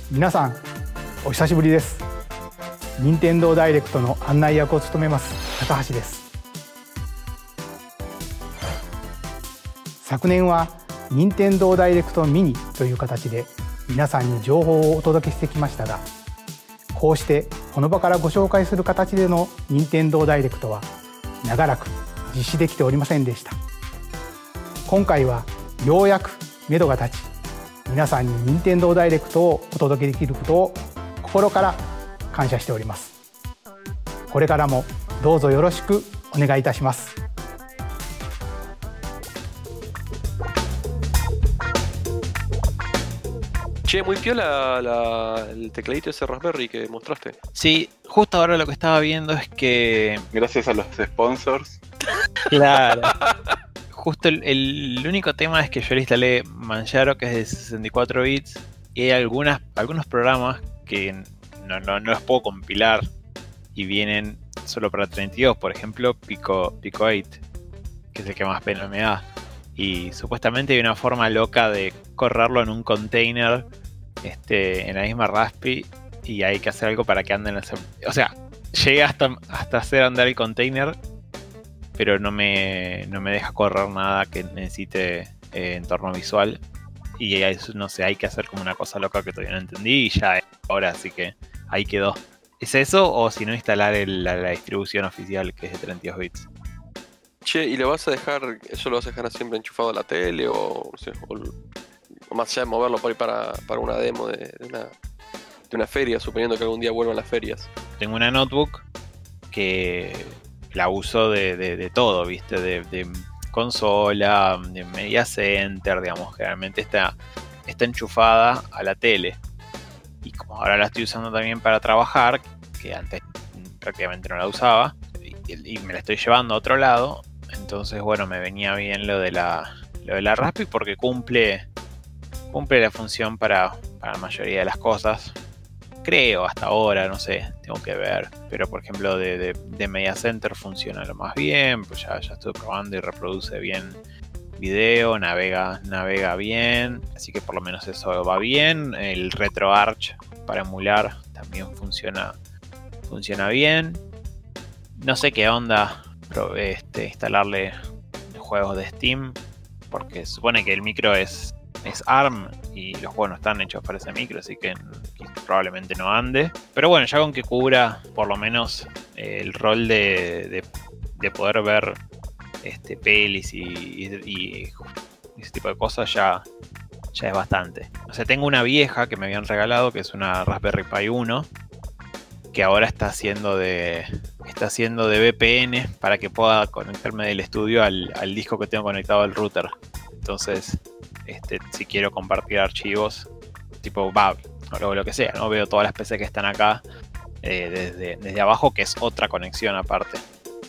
皆さんお久しぶりです。任天堂ダイレクトの案内役を務めます高橋です。昨年は任天堂ダイレクトミニという形で皆さんに情報をお届けしてきましたが、こうしてこの場からご紹介する形での任天堂ダイレクトは長らく実施できておりませんでした。今回はようやく目処が立ち、皆さんに任天堂ダイレクトをお届けできることを心から感謝しております。これからもどうぞよろしくお願いいたします。 Che, muy piola el tecladito ese Raspberry que mostraste. Sí, justo ahora lo que estaba viendo es que... Gracias a los sponsors. Claro. Justo el único tema es que yo le instalé Manjaro, que es de 64 bits, y hay algunos programas que no los puedo compilar y vienen solo para 32. Por ejemplo, Pico 8, que es el que más pena me da. Y supuestamente hay una forma loca de correrlo en un container en la misma Raspi, y hay que hacer algo para que ande en ese... O sea, llegué hasta hacer andar el container, pero no me deja correr nada que necesite entorno visual. Y no sé, hay que hacer como una cosa loca que todavía no entendí y ya ahora, así que ahí quedó. ¿Es eso o si no instalar la distribución oficial que es de 32 bits? Che, ¿y lo vas a dejar, eso lo vas a dejar siempre enchufado a la tele o no sé, o más allá de moverlo por ahí para una demo de una feria, suponiendo que algún día vuelvan las ferias? Tengo una notebook que la uso de todo, ¿viste? De consola, de media center, digamos, generalmente está enchufada a la tele. Y como ahora la estoy usando también para trabajar, que antes prácticamente no la usaba, y me la estoy llevando a otro lado, entonces bueno, me venía bien lo de la Raspi porque cumple la función para la mayoría de las cosas. Creo, hasta ahora, no sé, tengo que ver. Pero por ejemplo de Media Center funciona lo más bien, pues ya estuve probando y reproduce bien video, navega bien, así que por lo menos eso va bien. El RetroArch para emular también funciona bien. No sé qué onda instalarle juegos de Steam, porque se supone que el micro es ARM y los juegos no están hechos para ese micro, así que probablemente no ande. Pero bueno, ya con que cubra por lo menos el rol de poder ver pelis y ese tipo de cosas, ya es bastante. O sea, tengo una vieja que me habían regalado, que es una Raspberry Pi 1, que ahora está haciendo de VPN para que pueda conectarme del estudio al disco que tengo conectado al router. Entonces, si quiero compartir archivos, tipo o lo que sea, ¿no? Veo todas las PC que están acá desde abajo, que es otra conexión aparte.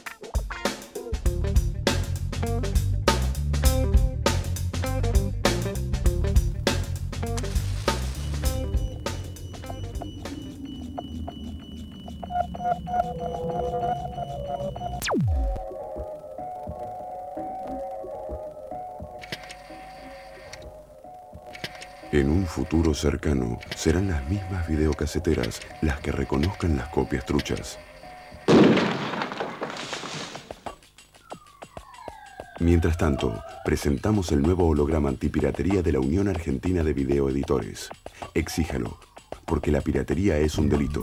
En un futuro cercano, serán las mismas videocaseteras las que reconozcan las copias truchas. Mientras tanto, presentamos el nuevo holograma antipiratería de la Unión Argentina de Videoeditores. Exíjalo, porque la piratería es un delito.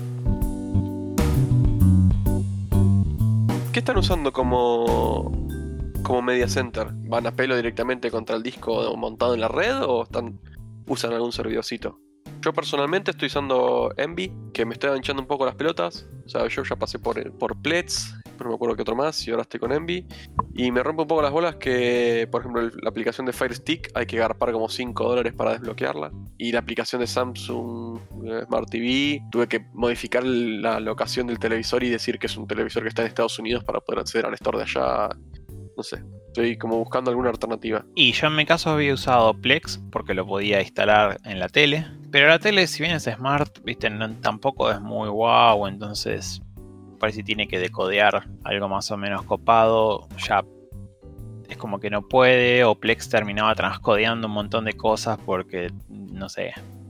¿Qué están usando como Media Center? ¿Van a pelo directamente contra el disco montado en la red o usan algún servidorcito? Yo personalmente estoy usando Envy, que me está hinchando un poco las pelotas. O sea, yo ya pasé por Plex, no me acuerdo qué otro más, y ahora estoy con Envy. Y me rompe un poco las bolas que, por ejemplo, la aplicación de Fire Stick hay que garpar como $5 para desbloquearla. Y la aplicación de Samsung Smart TV, tuve que modificar la locación del televisor y decir que es un televisor que está en Estados Unidos para poder acceder al store de allá. No sé, estoy como buscando alguna alternativa. Y yo en mi caso había usado Plex porque lo podía instalar en la tele. Pero la tele, si bien es smart, viste, tampoco es muy guau, entonces parece que tiene que decodear algo más o menos copado. Ya es como que no puede, o Plex terminaba transcodeando un montón de cosas porque, no sé,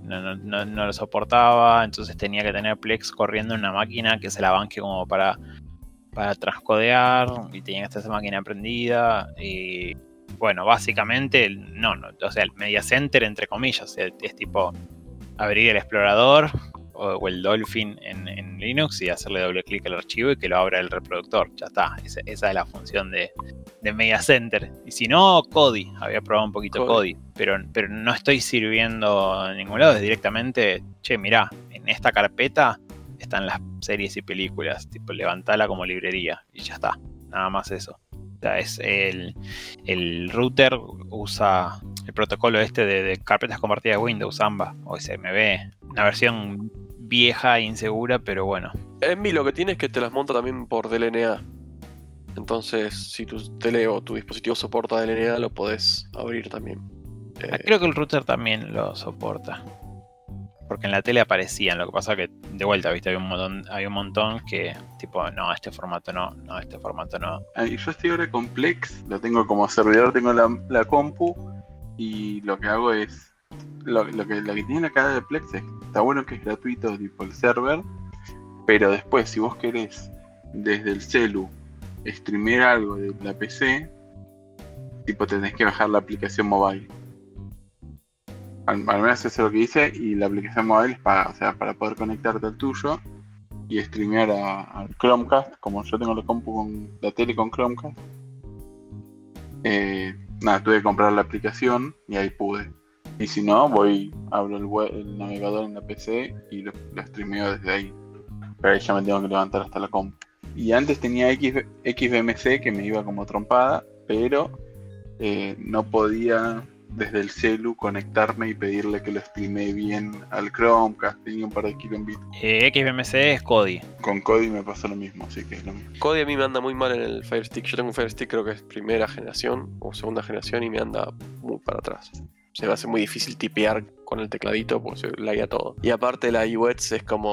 no lo soportaba, entonces tenía que tener Plex corriendo en una máquina que se la banque como para transcodear, y tenía que estar esa máquina prendida, y bueno, básicamente no, o sea, el Media Center, entre comillas, es tipo abrir el explorador o el Dolphin en Linux y hacerle doble clic al archivo y que lo abra el reproductor. Ya está, esa es la función de Media Center. Y si no, Kodi, había probado un poquito Kodi, pero no estoy sirviendo en ningún lado, es directamente, che, mirá, en esta carpeta están las series y películas, tipo levantala como librería y ya está, nada más eso. O sea, es el router usa el protocolo de carpetas compartidas de Windows, AMBA o SMB, una versión vieja e insegura, pero bueno. Envy lo que tiene es que te las monta también por DLNA. Entonces, si tu tele o tu dispositivo soporta DLNA, lo podés abrir también. Creo que el router también lo soporta. Porque en la tele aparecían, lo que pasa que, de vuelta, viste, hay un montón que, tipo, no, este formato no. Yo estoy ahora con Plex, lo tengo como servidor, tengo la compu, y lo que hago es, lo que tiene acá de Plex está bueno que es gratuito, tipo el server, pero después, si vos querés, desde el celu, streamear algo de la PC, tipo tenés que bajar la aplicación mobile. Al menos eso es lo que hice, y la aplicación móvil es para poder conectarte al tuyo y streamear al Chromecast, como yo tengo la compu con la tele con Chromecast. Tuve que comprar la aplicación y ahí pude. Y si no, abro el navegador en la PC y lo streameo desde ahí. Pero ahí ya me tengo que levantar hasta la compu. Y antes tenía XBMC que me iba como trompada, pero no podía desde el celu conectarme y pedirle que lo streamee bien al Chromecast. Tenía un par de kilómetros. XBMC es Kodi. Con Kodi me pasó lo mismo, así que es lo mismo. Kodi a mí me anda muy mal en el Fire Stick. Yo tengo un Fire Stick, creo que es primera generación o segunda generación, y me anda muy para atrás. Se me hace muy difícil tipear con el tecladito porque se laguea todo. Y aparte la UX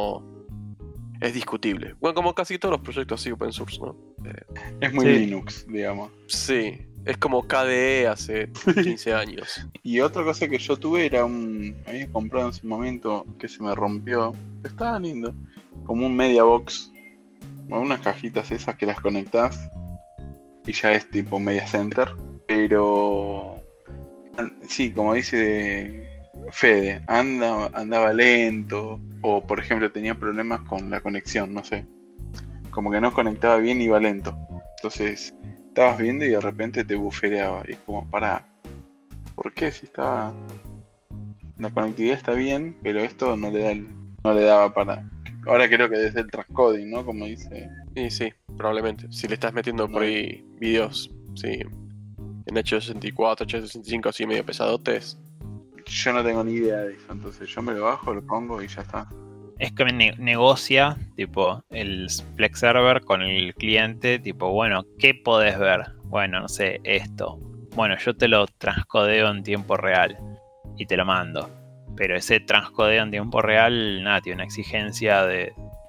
es discutible. Bueno, como casi todos los proyectos así open source, ¿no? Es muy sí. Linux, digamos. Sí, es como KDE hace 15 años. Y otra cosa que yo tuve era había comprado en su momento que se me rompió. Estaba lindo. Como un media box. Con unas cajitas esas que las conectás y ya es tipo Media Center. Pero sí, como dice Fede, andaba lento. O por ejemplo tenía problemas con la conexión, no sé. Como que no conectaba bien y iba lento. Entonces estabas viendo y de repente te bufereaba. Y es como, pará, ¿por qué? Si estaba... La conectividad está bien, pero esto no le daba para... Ahora creo que desde el transcoding, ¿no? Como dice... Sí, probablemente. Si le estás metiendo por ahí videos, sí, en H264, H265 así medio pesadotes. Yo no tengo ni idea de eso, entonces yo me lo bajo, lo pongo y ya está. Es que negocia, tipo, el Plex Server con el cliente, tipo, bueno, ¿qué podés ver? Bueno, no sé, esto. Bueno, yo te lo transcodeo en tiempo real y te lo mando. Pero ese transcodeo en tiempo real, nada, tiene una exigencia del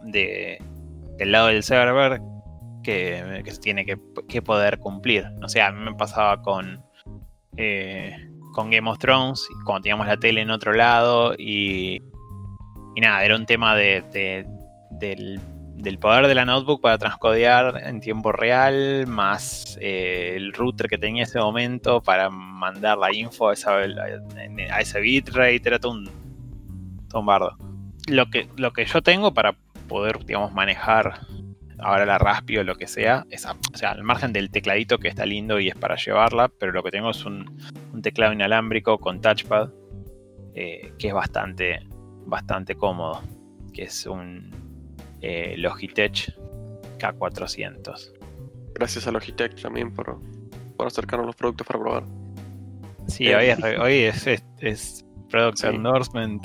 lado del server que se tiene que poder cumplir. O sea, a mí me pasaba con Game of Thrones, cuando teníamos la tele en otro lado y nada, era un tema del poder de la notebook para transcodear en tiempo real, más el router que tenía en ese momento para mandar la info a ese bitrate, era todo un bardo. Lo que yo tengo para poder, digamos, manejar ahora la Raspi o lo que sea, o sea, al margen del tecladito que está lindo y es para llevarla, pero lo que tengo es un teclado inalámbrico con touchpad, que es bastante cómodo, que es un Logitech K400. Gracias a Logitech también por acercarnos los productos para probar. Sí, hoy es product endorsement.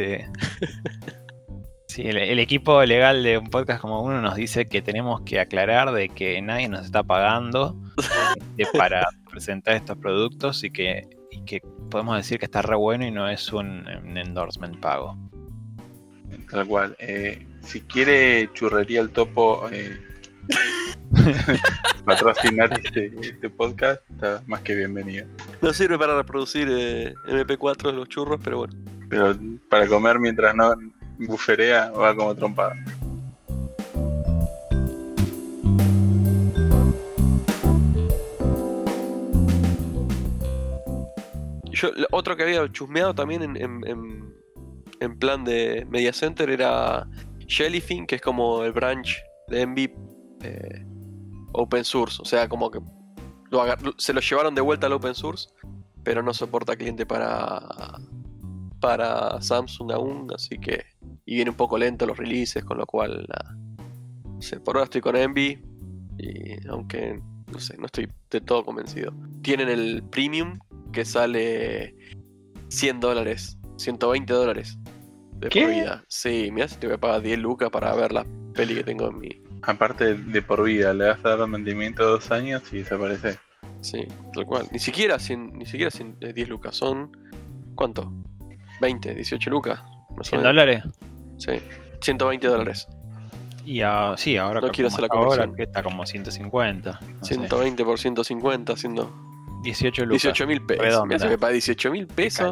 Sí, el equipo legal de un podcast como uno nos dice que tenemos que aclarar de que nadie nos está pagando para presentar estos productos y que podemos decir que está re bueno y no es un endorsement pago. Tal cual. Si quiere Churrería el Topo patrocinar este podcast, está más que bienvenido. No sirve para reproducir MP4 de los churros, pero bueno. Pero para comer mientras no buferea va como trompada. Otro que había chusmeado también en plan de Media Center era Jellyfin, que es como el branch de Envy open source. O sea, como que se lo llevaron de vuelta al open source, pero no soporta cliente para Samsung aún, así que... Y viene un poco lento los releases, con lo cual... no sé, por ahora estoy con Envy, y aunque, no sé, no estoy de todo convencido. Tienen el Premium, que sale $100, $120 de ¿Qué? por vida. Sí, mirá si te voy a pagar 10 lucas para ver la peli que tengo en mi... Aparte de por vida, le vas a dar mantenimiento 2 años y desaparece. Sí, tal cual. Ni siquiera 10 lucas, son... ¿Cuánto? 20, 18 lucas. Más o menos. $100. Sí, $120. Y sí, ahora No que quiero hacer la ahora conversión. que está como 150. No sé, 120 por 150, haciendo 18 lucas. 18.000 pesos. Redonda. Mirá, si me paga 18.000 pesos.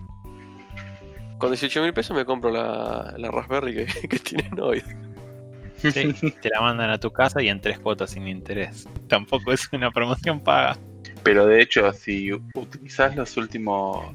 Con 18.000 pesos me compro la Raspberry que tienen hoy. Sí, te la mandan a tu casa y en 3 cuotas sin interés. Tampoco es una promoción paga. Pero de hecho, si utilizás los últimos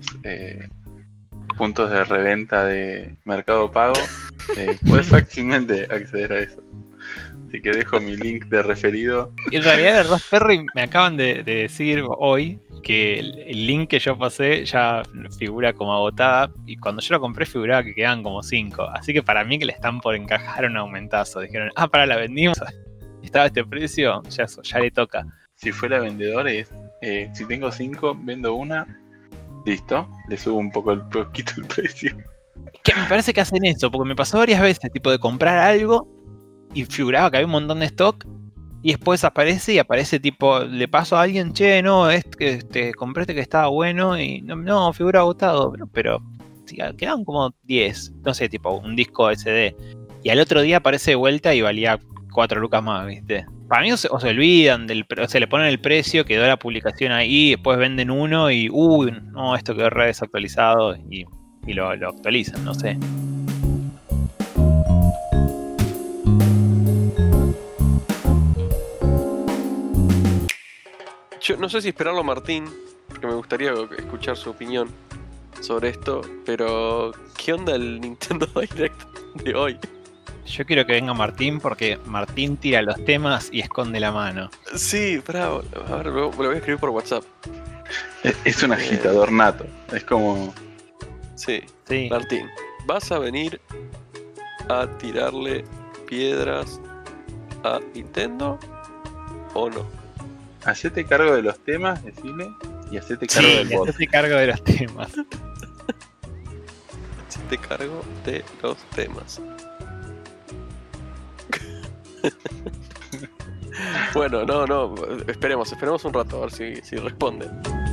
puntos de reventa de Mercado Pago, puedes fácilmente acceder a eso. Así que dejo mi link de referido. Y en realidad el Raspberry me acaban de decir hoy que el link que yo pasé ya figura como agotada, y cuando yo lo compré figuraba que quedaban como 5. Así que para mí que le están por encajar un aumentazo. Dijeron, la vendimos. Estaba a este precio, ya le toca. Si fuera vendedor es, si tengo 5, vendo una, listo, le subo un poquito el precio. Que me parece que hacen eso, porque me pasó varias veces, tipo de comprar algo y figuraba que había un montón de stock, y después aparece tipo, le paso a alguien, che, no, compré que estaba bueno, y no figura agotado, pero sí, quedaban como 10, no sé, tipo un disco SD, y al otro día aparece de vuelta y valía 4 lucas más, ¿viste? Para mí o se olvidan se le ponen el precio, quedó la publicación ahí, después venden uno y no, esto quedó re desactualizado, y lo actualizan, no sé. Yo no sé si esperarlo a Martín, porque me gustaría escuchar su opinión sobre esto, pero ¿qué onda el Nintendo Direct de hoy? Yo quiero que venga Martín, porque Martín tira los temas y esconde la mano. Sí, bravo. A ver, lo voy a escribir por WhatsApp. Es un agitador nato, es como... Sí, Sí. Martín, ¿vas a venir a tirarle piedras a Nintendo o no? Hacete cargo de los temas, decime, y hacete cargo del bot. hacete cargo de los temas. Hacete cargo de los temas. Bueno, no, esperemos un rato a ver si responden.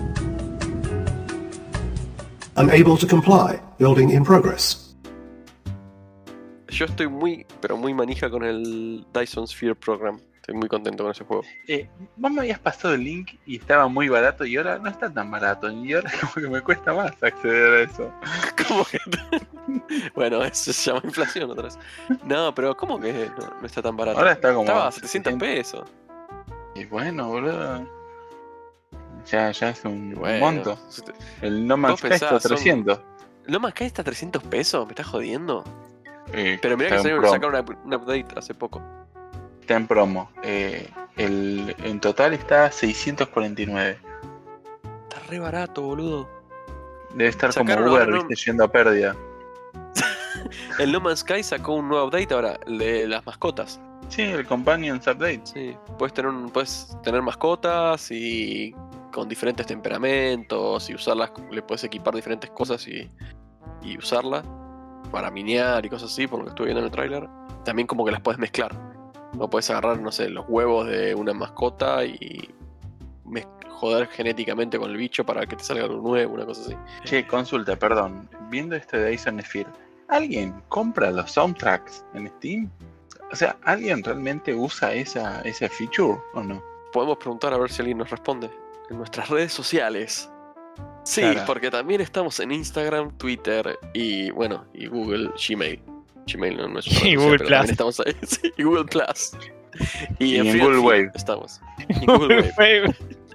Unable to comply. Building in progress. Yo estoy muy manija con el Dyson Sphere Program. Estoy muy contento con ese juego. Vos me habías pasado el link y estaba muy barato, y ahora no está tan barato, y ahora como que me cuesta más acceder a eso. ¿Cómo que? Bueno, eso se llama inflación otra vez. No, pero ¿cómo que no está tan barato? Ahora está como... Estaba a 700 pesos. Y bueno, boludo. Ya es un Bueno, monto. El No Man's Sky está 300. ¿No Man's Sky está a 300 pesos? ¿Me estás jodiendo? Pero mirá está que en promo. sacaron un update hace poco. Está en promo. En total está 649. Está re barato, boludo. Debe estar Sacaron como Uber, ahora, ¿no? viste, yendo a pérdida. El No Man's Sky sacó un nuevo update ahora, el de las mascotas. Sí, el Companions Update. Sí, puedes tener mascotas y con diferentes temperamentos y usarlas, le puedes equipar diferentes cosas y usarlas para minear y cosas así, por lo que estuve viendo en el tráiler. También como que las puedes mezclar. No puedes agarrar, no sé, los huevos de una mascota y joder genéticamente con el bicho para que te salga algo nuevo, una cosa así. Che, consulta, perdón. Viendo esto de Dyson Sphere, ¿alguien compra los soundtracks en Steam? O sea, ¿alguien realmente usa esa feature o no? Podemos preguntar a ver si alguien nos responde en nuestras redes sociales. Sí, Claro. porque también estamos en Instagram, Twitter y bueno, y Google, Gmail. Gmail no es una red Y social, Google pero Plus. también estamos ahí. Sí, y Google Plus. Y Y en Free Google and Fit Wave. estamos. Y en Google Wave.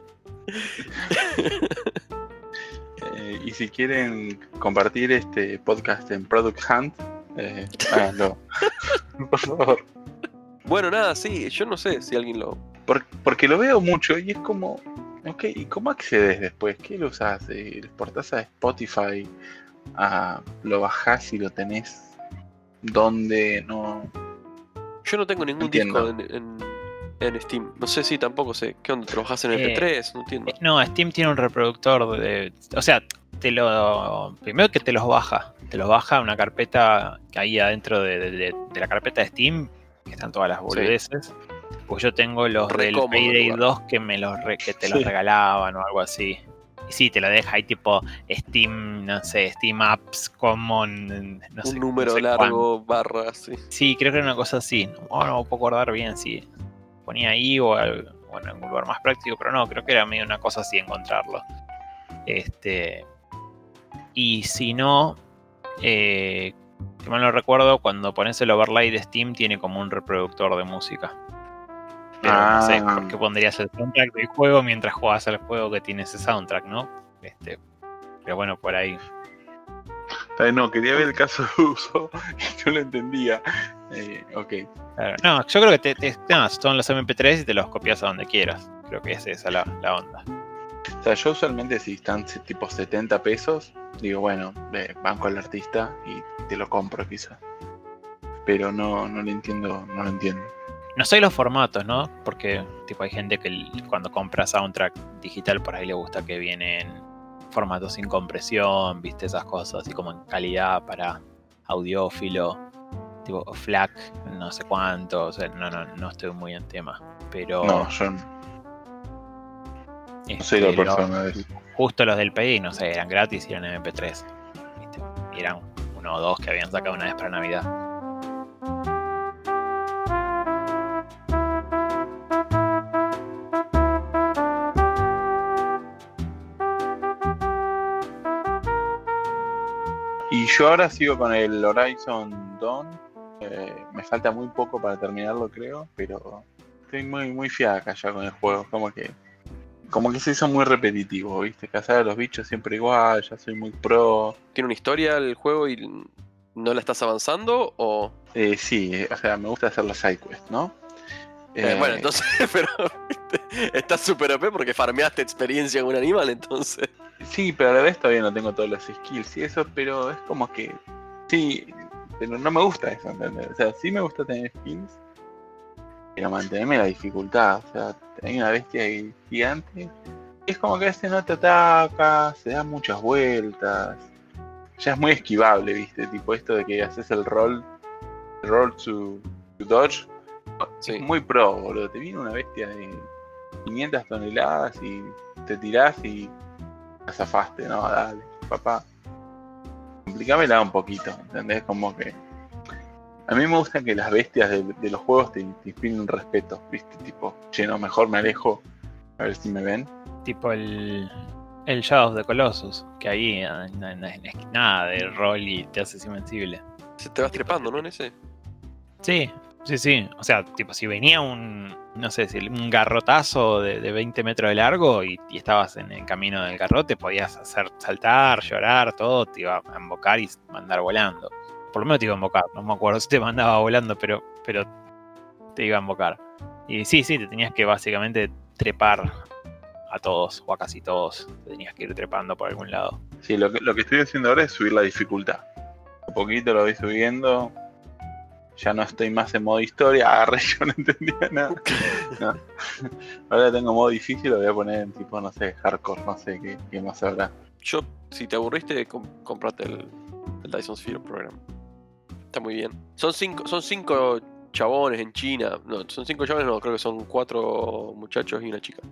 Y si quieren compartir este podcast en Product Hunt, háganlo. Por favor. Bueno, nada, sí, yo no sé si alguien lo... Porque lo veo mucho y es como, ok, ¿y cómo accedes después? ¿Qué lo usas? ¿Lo exportás a Spotify? ¿Lo bajás y lo tenés donde no? Yo no tengo ningún Entiendo. disco en Steam. No sé si tampoco sé. ¿Qué onda? ¿Te lo bajás en MP3? No entiendo. No, Steam tiene un reproductor o sea, primero que te los baja. Te los baja a una carpeta que ahí adentro de la carpeta de Steam, que están todas las boludeces. Pues yo tengo los Re del cómodo el Payday lugar. 2 que que te los Sí. regalaban o algo así. Y sí, te lo deja ahí tipo Steam, no sé, Steam Apps Common, no sé. Un número no sé largo, barra, sí. Sí, creo que era una cosa así. No me puedo acordar bien si ponía ahí o en algún lugar más práctico, pero no, creo que era medio una cosa así encontrarlo. Y si no, que mal no recuerdo, cuando pones el overlay de Steam tiene como un reproductor de música. Pero no sé, ¿por qué pondrías el soundtrack del juego mientras jugás al juego que tiene ese soundtrack, no? Pero bueno, por ahí. No, quería ver el caso de uso y no lo entendía. Ok. Claro. No, yo creo que son los MP3 y te los copias a donde quieras. Creo que es esa la onda. O sea, yo usualmente si están tipo 70 pesos, digo, bueno, banco al artista y te lo compro quizá. Pero no lo entiendo. No sé los formatos, ¿no? Porque tipo hay gente que cuando compra soundtrack digital por ahí le gusta que viene en formato sin compresión, viste, esas cosas, así como en calidad para audiófilo, tipo FLAC, no sé cuánto, o sea, no estoy muy en tema. Pero No, yo no soy la persona de eso. Justo los del Pay, no sé, eran gratis y eran MP3. ¿Viste? Y eran uno o dos que habían sacado una vez para Navidad. Y yo ahora sigo con el Horizon Dawn. Me falta muy poco para terminarlo, creo, pero estoy muy fiaca ya con el juego. Como que se hizo muy repetitivo, ¿viste? Cazar a los bichos siempre igual, ya soy muy pro. ¿Tiene una historia el juego y no la estás avanzando? ¿O...? Sí, o sea, me gusta hacer las sidequests, ¿no? Bueno, entonces, pero estás super OP porque farmeaste experiencia con un animal, entonces. Sí, pero a la vez todavía no tengo todos los skills y eso, pero es como que sí, pero no me gusta eso, ¿entendés? O sea, sí me gusta tener skills, pero mantenerme la dificultad. O sea, hay una bestia ahí gigante, y es como que a veces no te ataca, se da muchas vueltas, ya es muy esquivable, ¿viste? Tipo esto de que haces el roll to dodge, Sí. es muy pro, boludo. Te viene una bestia de 500 toneladas y te tirás y la zafaste, no, dale, papá. Complicámela un poquito, ¿entendés? Como que a mí me gusta que las bestias de los juegos te inspiren un respeto, ¿viste? Tipo, che, no, mejor me alejo a ver si me ven. Tipo el Shadow of the Colossus, que ahí no es nada de rol y te haces invencible. Se te vas trepando, ¿no? En ese. Sí. O sea, tipo, si venía un garrotazo de 20 metros de largo y estabas en el camino del garrote, podías hacer saltar, llorar, todo, te iba a embocar y mandar volando. Por lo menos te iba a embocar, no me acuerdo si te mandaba volando, pero te iba a embocar. Y sí, te tenías que básicamente trepar a todos, o a casi todos. Te tenías que ir trepando por algún lado. Sí, lo que estoy haciendo ahora es subir la dificultad. A poquito lo voy subiendo. Ya no estoy más en modo historia. Yo no entendía nada. No. Ahora tengo modo difícil, lo voy a poner en tipo, no sé, hardcore, no sé qué más habrá. Yo, si te aburriste, comprate el Dyson Sphere Program. Está muy bien. Son cinco chabones en China. No, son 5 chabones, no, creo que son 4 muchachos y una chica.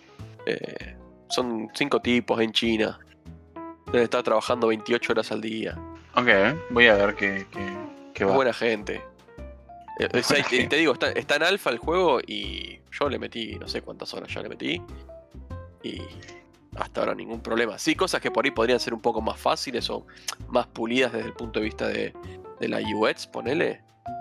Son 5 tipos en China. Deben estar trabajando 28 horas al día. Ok, voy a ver qué Es va. buena gente. Y te digo, está en alfa el juego y yo le metí, no sé cuántas horas ya le metí. Y hasta ahora ningún problema. Sí, cosas que por ahí podrían ser un poco más fáciles o más pulidas desde el punto de vista de la UX, ponele.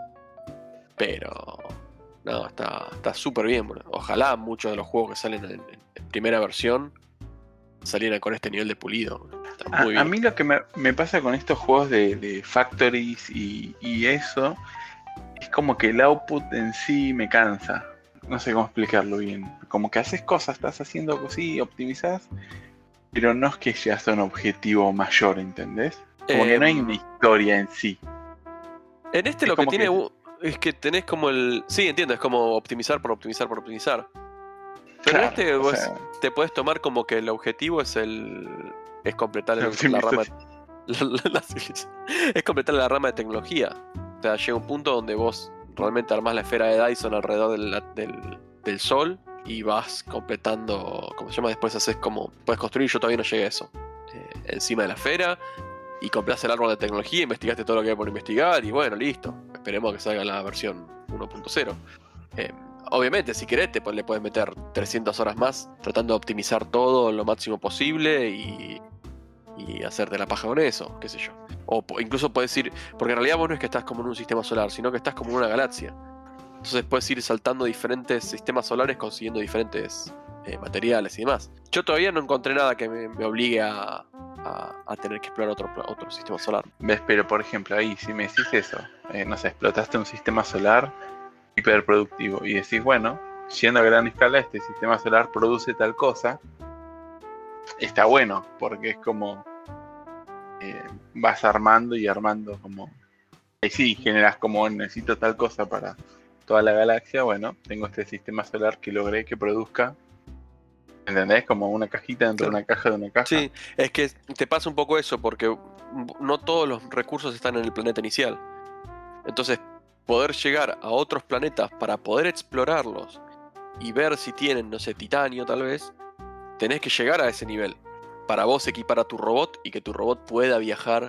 Pero no, está súper bien, boludo. Ojalá muchos de los juegos que salen en primera versión salieran con este nivel de pulido. Está muy bien. A mí lo que me pasa con estos juegos de Factories y eso, es como que el output en sí me cansa. No sé cómo explicarlo bien. Como que haces cosas, estás haciendo cosas, optimizás, pero no es que llegas a un objetivo mayor, ¿entendés? Como que no hay una historia en sí. En este es lo que como tiene que- es que tenés como el... Sí, entiendo, es como optimizar por optimizar por optimizar. Pero en Claro, este o vos sea, te puedes tomar como que el objetivo es completar la la rama optimización. es completar la rama de tecnología. O sea, llega un punto donde vos realmente armás la esfera de Dyson alrededor del Sol y vas completando, como se llama, después haces como, puedes construir, yo todavía no llegué a eso, encima de la esfera, y completás el árbol de tecnología, investigaste todo lo que hay por investigar y bueno, listo. Esperemos que salga la versión 1.0. Obviamente, si querés, le puedes meter 300 horas más tratando de optimizar todo lo máximo posible y hacerte la paja con eso, qué sé yo. O incluso puedes ir, porque en realidad vos no es que estás como en un sistema solar, sino que estás como en una galaxia. Entonces puedes ir saltando diferentes sistemas solares consiguiendo diferentes materiales y demás. Yo todavía no encontré nada que me obligue a tener que explorar otro sistema solar. ¿Ves? Pero por ejemplo, ahí, si me decís eso, no sé, explotaste un sistema solar hiperproductivo y decís, bueno, yendo a gran escala, este sistema solar produce tal cosa, está bueno, porque es como vas armando y armando como... Y sí, generas como necesito tal cosa para toda la galaxia, bueno, tengo este sistema solar que logré que produzca, ¿entendés? Como una cajita dentro de una caja de una caja. Sí, es que te pasa un poco eso, porque no todos los recursos están en el planeta inicial. Entonces, poder llegar a otros planetas para poder explorarlos y ver si tienen, no sé, titanio tal vez, tenés que llegar a ese nivel para vos equipar a tu robot y que tu robot pueda viajar,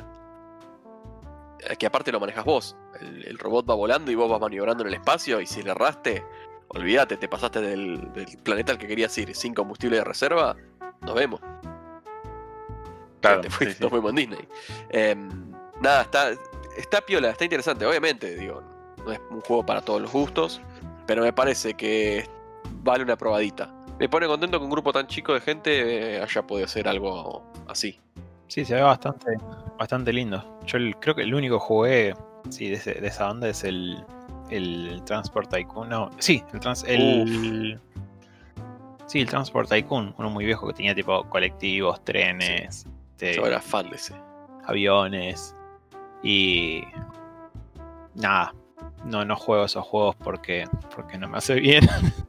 que aparte lo manejas vos. El robot va volando y vos vas maniobrando en el espacio y si le erraste, olvídate, te pasaste del planeta al que querías ir sin combustible de reserva, nos vemos. Claro, Te sí, fuiste, sí. nos fuimos en Disney. Nada, está piola, está interesante. Obviamente, digo, no es un juego para todos los gustos, pero me parece que vale una probadita. Me pone contento que un grupo tan chico de gente haya podido hacer algo así. Sí, se ve bastante lindo. Yo creo que el único que jugué sí, de esa onda es el Transport Tycoon. No, sí, el Transport Tycoon, uno muy viejo que tenía tipo colectivos, trenes, Yo era fan de ese. aviones y nada, no juego esos juegos porque no me hace bien.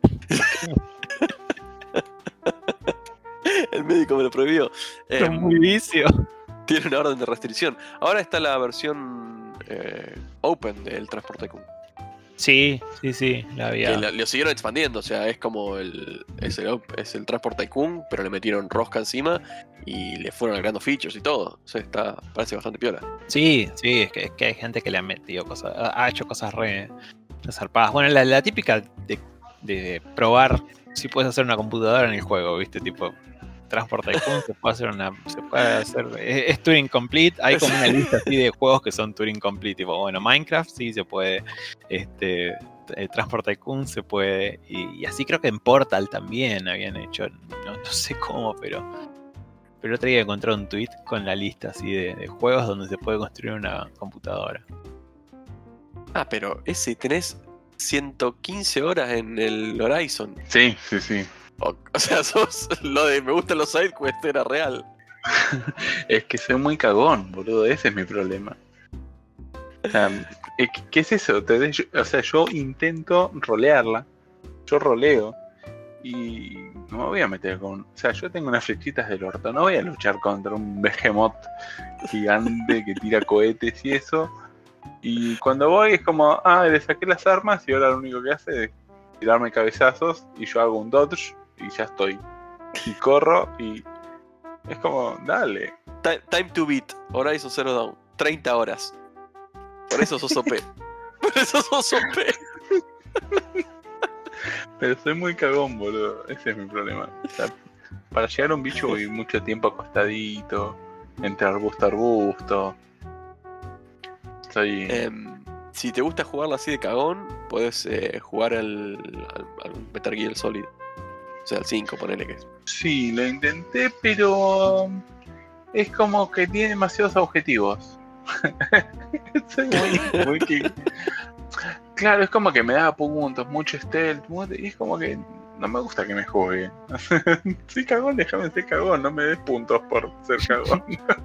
El médico me lo prohibió. Es muy vicio. Tiene una orden de restricción. Ahora está la versión Open del Transport Tycoon. Sí, la había. Que lo siguieron expandiendo, o sea, es como es el Transport Tycoon, pero le metieron rosca encima y le fueron agregando features y todo. O sea, parece bastante piola. Sí, es que hay gente que le ha metido cosas, ha hecho cosas re zarpadas. Bueno, la típica de probar si puedes hacer una computadora en el juego, ¿viste? Tipo, Transport Tycoon se puede hacer, es Turing Complete. Hay como una lista así de juegos que son Turing Complete, tipo, bueno, Minecraft sí se puede, Transport Tycoon se puede, y así creo que en Portal también habían hecho, no sé cómo, pero el otro día encontré un tweet con la lista así de juegos donde se puede construir una computadora. Ah, pero tenés 115 horas en el Horizon. Sí. O sea, lo de me gustan los sidequests era real. Es que soy muy cagón, boludo, ese es mi problema. O sea, ¿qué es eso? Yo intento rolearla, yo roleo, y no me voy a meter con... O sea, yo tengo unas flechitas del orto, no voy a luchar contra un behemoth gigante que tira cohetes y eso. Y cuando voy es como, le saqué las armas y ahora lo único que hace es tirarme cabezazos y yo hago un dodge y ya estoy. Y corro y es como, dale. Time to beat, Horizon Zero Dawn, 30 horas. Por eso sos OP. Por eso sos OP. Pero soy muy cagón, boludo. Ese es mi problema. O sea, para llegar a un bicho voy mucho tiempo acostadito, entre arbusto a arbusto. Soy... Si te gusta jugarla así de cagón, podés jugar al Metal Gear Solid. O sea, al 5, ponele que es. Sí, lo intenté, pero es como que tiene demasiados objetivos. Soy muy Claro, es como que me da puntos, mucho stealth, y es como que no me gusta que me juegue. Soy cagón, déjame ser cagón, no me des puntos por ser cagón.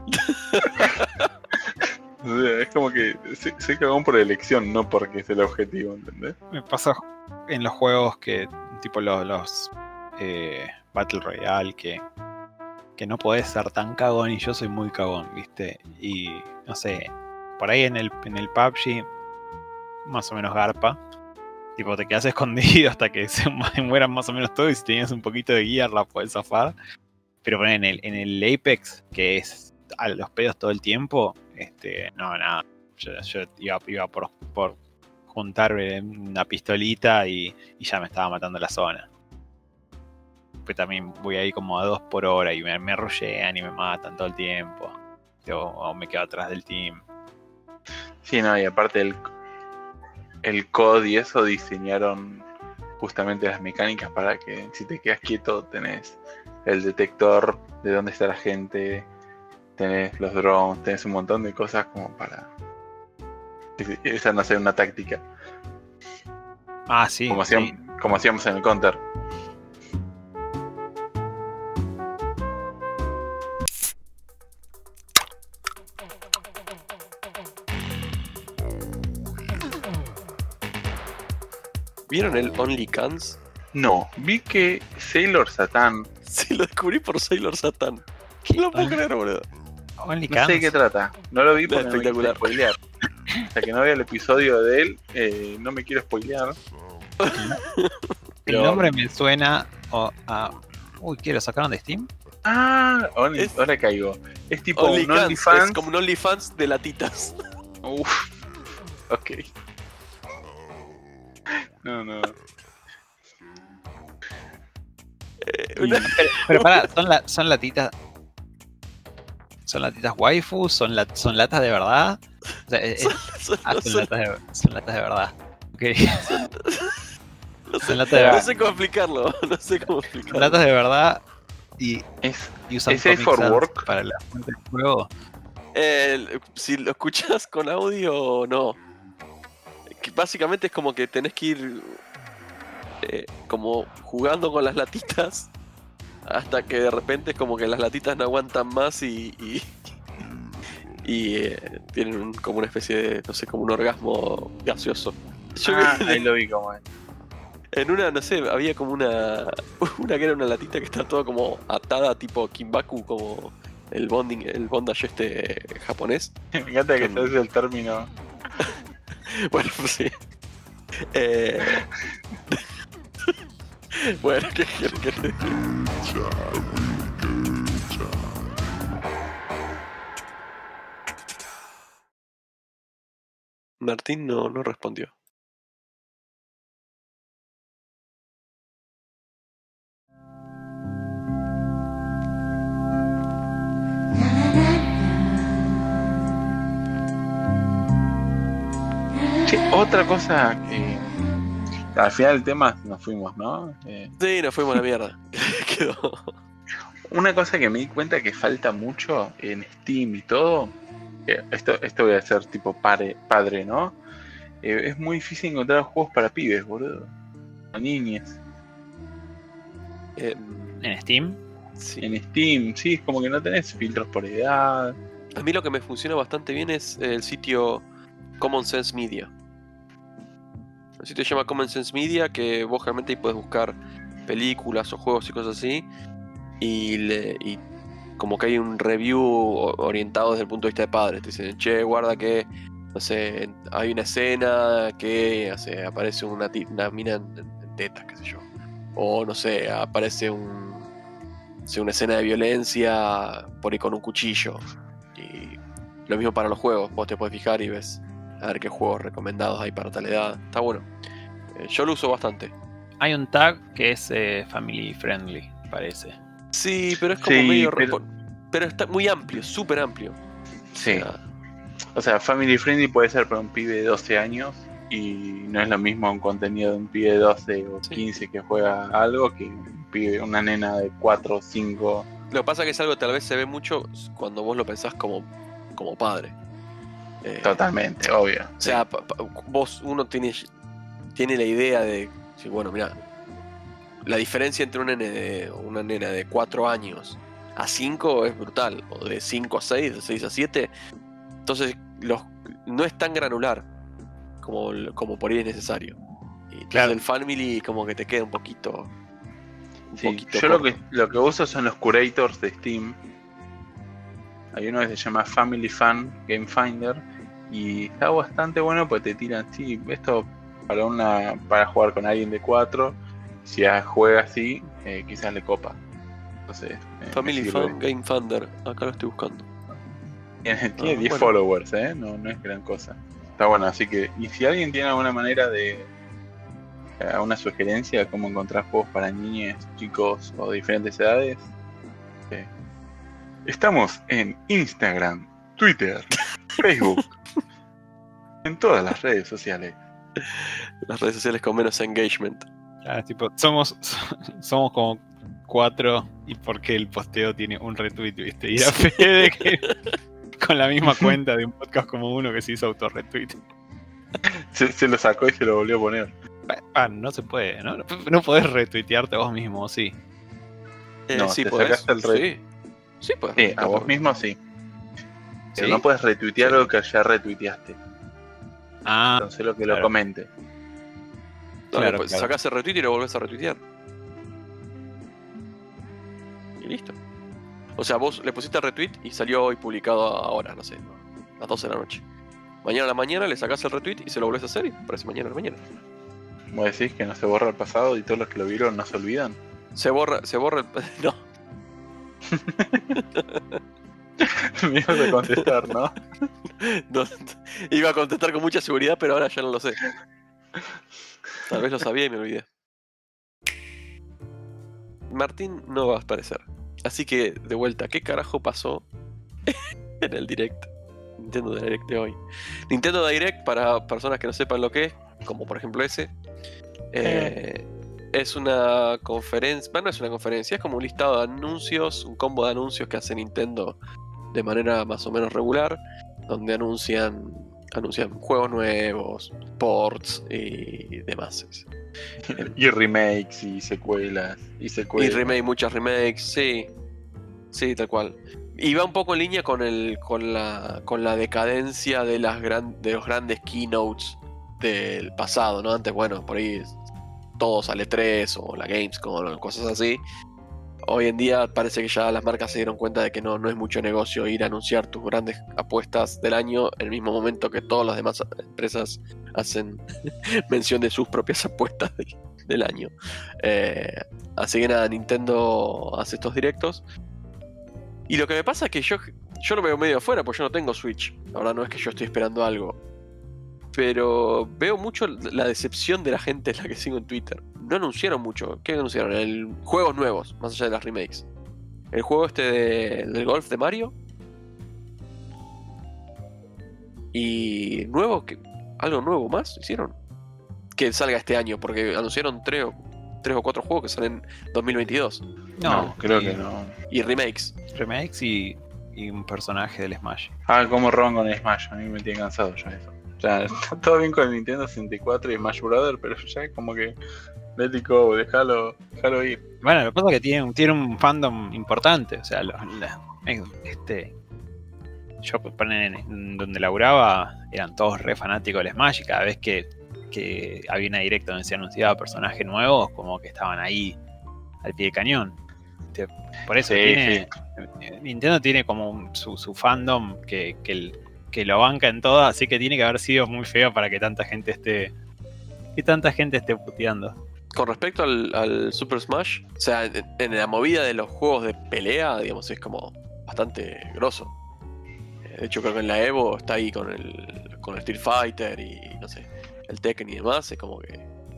O sea, es como que soy cagón por elección, no porque es el objetivo, ¿entendés? Me pasa en los juegos que, tipo los Battle Royale, que no podés ser tan cagón, y yo soy muy cagón, ¿viste? Y no sé, por ahí en el PUBG, más o menos garpa. Tipo, te quedas escondido hasta que se mueran más o menos todos, y si tenías un poquito de gear la podés zafar. Pero en el Apex, que es a los pedos todo el tiempo, no, nada. Yo iba por juntar una pistolita y ya me estaba matando la zona. Pues también voy ahí como a 2 por hora y me rushean y me matan todo el tiempo. O me quedo atrás del team. Sí, no, y aparte el COD y eso diseñaron justamente las mecánicas para que si te quedas quieto tenés el detector de dónde está la gente, tenés los drones, tenés un montón de cosas como para... Esa no sea una táctica. Ah, sí. Como hacíamos en el Counter. ¿Vieron el OnlyCans? No, vi que Sailor Satan, Sí, lo descubrí por Sailor Satan. No lo puedo creer, boludo. no sé de qué trata, no lo vi porque no me espectacular. quiero spoilear. Hasta que no vea el episodio de él, no me quiero spoilear. El nombre me suena a... Uy, ¿qué lo sacaron de Steam? Ah, ahora caigo. Es tipo un OnlyCans, OnlyFans. es como un OnlyFans de latitas. Uf, ok. No. Pero pará, ¿son latitas? ¿Son latitas waifu? ¿Son latas de verdad? O sea, son latas de verdad. Okay. Son latas de No verdad. sé cómo explicarlo. Son latas de verdad y usan ¿Es safe Comic for Sans work? para la fuente del juego. Si lo escuchas con audio, no. Que básicamente es como que tenés que ir como jugando con las latitas hasta que de repente es como que las latitas no aguantan más y tienen como una especie de, no sé, como un orgasmo gaseoso. Ahí lo vi como es. En una, no sé, había como una que era una latita que está toda como atada tipo Kimbaku, como el bondage japonés. Me encanta que se usa el término. Bueno, pues sí. Bueno, ¿qué quieres que te diga? Martín no respondió. Che, otra cosa que... Al final del tema nos fuimos, ¿no? Sí, nos fuimos a la mierda. Quedó. Una cosa que me di cuenta que falta mucho en Steam y todo, esto voy a ser tipo padre, ¿no? Es muy difícil encontrar juegos para pibes, boludo. O niñas. ¿En Steam? Sí. En Steam, sí, es como que no tenés filtros por edad. A mí lo que me funciona bastante bien es el sitio Common Sense Media. El sitio se llama Common Sense Media, que vos realmente ahí puedes buscar películas o juegos y cosas así. Y como que hay un review orientado desde el punto de vista de padres. Te dicen, che, guarda que, no sé, hay una escena que, no sé, aparece una mina en tetas, qué sé yo. O, no sé, aparece una escena de violencia por ahí con un cuchillo. Y lo mismo para los juegos. Vos te podés fijar y ves a ver qué juegos recomendados hay para tal edad. Está bueno. Yo lo uso bastante. Hay un tag que es family friendly, parece. Sí, pero es como Sí, medio... pero está muy amplio, súper amplio. sí. O sea, O sea, family friendly puede ser para un pibe de 12 años y no es lo mismo un contenido de un pibe de 12 o Sí. 15 que juega algo que un pibe, una nena de 4 o 5. lo que pasa es que es algo que tal vez se ve mucho cuando vos lo pensás como padre. Totalmente, obvio. O sea, uno tiene la idea de, sí, bueno, mira, la diferencia entre una nena de 4 años a 5 es brutal, o de 5 a 6, de 6 a 7. Entonces, no es tan granular como por ahí es necesario. Y entonces Claro. el family como que te queda un poquito. Sí, yo corto. lo que uso son los curators de Steam. Hay uno que se llama Family Fun Game Finder y está bastante bueno porque te tiran, sí, esto para jugar con alguien de 4, si juega así, quizás le copa. Entonces, Family me sirve. Fun Game Finder, acá lo estoy buscando. Tiene 10 bueno. followers, no es gran cosa. Está bueno, así que, y si alguien tiene alguna manera de una sugerencia de cómo encontrar juegos para niños, chicos o de diferentes edades, estamos en Instagram, Twitter, Facebook, en todas las redes sociales. Las redes sociales con menos engagement. Ah, tipo, somos como 4 y porque el posteo tiene un retweet, ¿viste? Y la Fede que con la misma cuenta de un podcast como uno que se hizo autorretweet. Se lo sacó y se lo volvió a poner. No se puede, ¿no? No podés retuitearte a vos mismo, ¿sí? No, sí, te podés. sacaste el red. Sí, podés. Sí, a vos mismo sí. Pero ¿Sí? no puedes retuitear Sí. lo que ya retuiteaste. Ah, Entonces lo que claro. lo comente. Claro, pues, claro. sacás el retweet y lo volvés a retuitear. Y listo. O sea, vos le pusiste el retweet y salió hoy publicado ahora, no sé, a las 12 de la noche. Mañana a la mañana le sacás el retweet y se lo volvés a hacer y aparece mañana a la mañana. Vos decís que no se borra el pasado y todos los que lo vieron no se olvidan. Se borra el... No, Me ibas a contestar, ¿no? no, iba a contestar con mucha seguridad, pero ahora ya no lo sé. Tal vez lo sabía y me olvidé. Martín no va a aparecer. Así que, de vuelta, ¿qué carajo pasó en el Direct? Nintendo Direct de hoy. Nintendo Direct, para personas que no sepan lo que es, como por ejemplo ese, es una conferencia. Bueno, no es una conferencia, es como un listado de anuncios, un combo de anuncios que hace Nintendo de manera más o menos regular, donde anuncian juegos nuevos, ports y demás. Y remakes y secuelas. Y secuelas. Muchas remakes, sí. Sí, tal cual. Y va un poco en línea con la decadencia de los grandes keynotes del pasado, ¿no? Antes, bueno, por ahí todo sale 3 o la Gamescom o cosas así. Hoy en día parece que ya las marcas se dieron cuenta de que no es mucho negocio ir a anunciar tus grandes apuestas del año en el mismo momento que todas las demás empresas hacen mención de sus propias apuestas del año. Así que nada, Nintendo hace estos directos. Y lo que me pasa es que yo lo veo medio afuera, porque yo no tengo Switch. La verdad no es que yo estoy esperando algo. Pero veo mucho la decepción de la gente, es la que sigo en Twitter. No anunciaron mucho. ¿Qué anunciaron? Juegos nuevos, más allá de las remakes. El juego del golf de Mario. Y algo nuevo más hicieron. Que salga este año, porque anunciaron 3 o 4 juegos que salen en 2022. No, creo que no. Y remakes. Remakes y un personaje del Smash. Cómo roban con el Smash. A mí me tiene cansado ya eso. Ya está todo bien con el Nintendo 64 y Smash Brother, pero ya es como que let it go, déjalo ir. Bueno, lo que pasa es que tiene un fandom importante. O sea, yo donde laburaba eran todos re fanáticos del Smash y cada vez que había una directa donde se anunciaba personajes nuevos, como que estaban ahí al pie de cañón. Por eso Nintendo tiene como su fandom que lo banca en todo, así que tiene que haber sido muy feo para que tanta gente esté puteando. Con respecto al Super Smash, o sea, en la movida de los juegos de pelea, digamos, es como bastante grosso. De hecho, creo que en la Evo está ahí con el Street Fighter y no sé, el Tekken y demás, es como que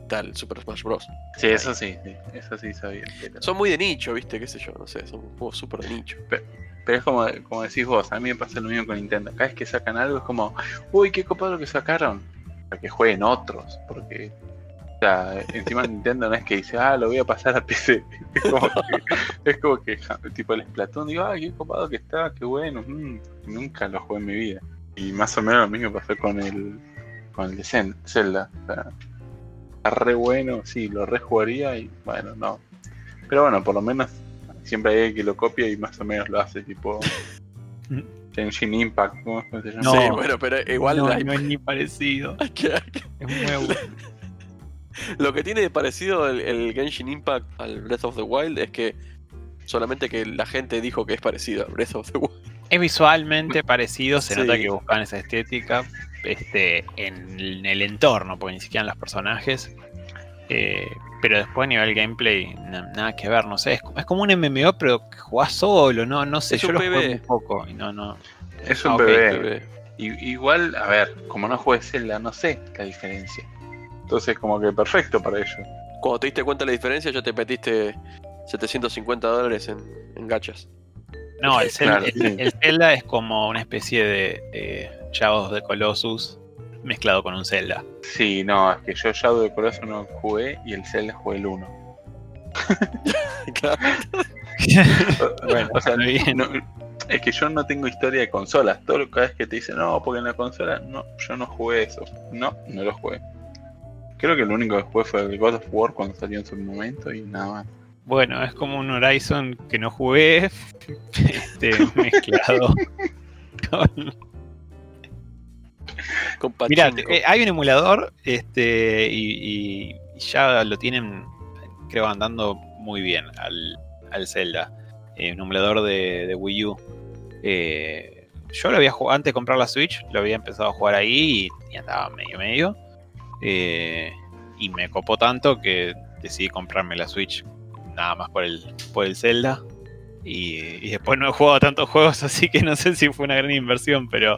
está el Super Smash Bros. Sí, eso sí, eso sí sabía. Pero... Son muy de nicho, viste, qué sé yo, no sé, son juegos súper de nicho. Pero es como decís vos, a mí me pasa lo mismo con Nintendo. Cada vez que sacan algo es como, uy, qué copado lo que sacaron. Para que jueguen otros, porque o sea, encima Nintendo no es que dice, lo voy a pasar a PC. Es como que tipo el Splatoon, digo, qué copado que está, qué bueno. Nunca lo jugué en mi vida. Y más o menos lo mismo pasó con el de Zelda. O sea, está re bueno, sí, lo rejugaría y bueno, no. Pero bueno, por lo menos siempre hay alguien que lo copia y más o menos lo hace, tipo Genshin Impact, ¿cómo se llama? No, sí, bueno, pero igual no es ni parecido. Es muy aburrido. Lo que tiene de parecido el Genshin Impact al Breath of the Wild es que solamente que la gente dijo que es parecido al Breath of the Wild. Es visualmente parecido, se Sí. nota que buscan esa estética en el entorno, porque ni siquiera en los personajes. Pero después a nivel gameplay, nada que ver, no sé. Es como un MMO, pero que jugás solo, no sé. Es Yo un lo PvE. jugué muy poco y no. Es un ok, PvE. Igual, a ver, como no jugué Zelda, no sé la diferencia. Entonces, como que perfecto para ello. Cuando te diste cuenta de la diferencia, ya te metiste $750 en gachas. No, el Zelda, Claro, sí. el Zelda es como una especie de Shadow of the Colossus mezclado con un Zelda. Sí, no, es que yo Shadow of the Colossus no jugué y el Zelda jugué el 1. Claro. Bueno, O sea, está bien. no, es que yo no tengo historia de consolas. Cada vez que te dicen, no, porque en la consola, no, yo no jugué eso. No lo jugué. Creo que lo único que jugué fue el God of War cuando salió en su momento y nada más. Bueno, es como un Horizon que no jugué, mezclado con... Con Mirá, pachinko. hay un emulador y ya lo tienen, creo, andando muy bien al Zelda. Un emulador de Wii U. Yo lo había jugado antes de comprar la Switch, lo había empezado a jugar ahí y andaba medio. Y me copó tanto que decidí comprarme la Switch nada más por el Zelda. Y después no he jugado tantos juegos, así que no sé si fue una gran inversión, pero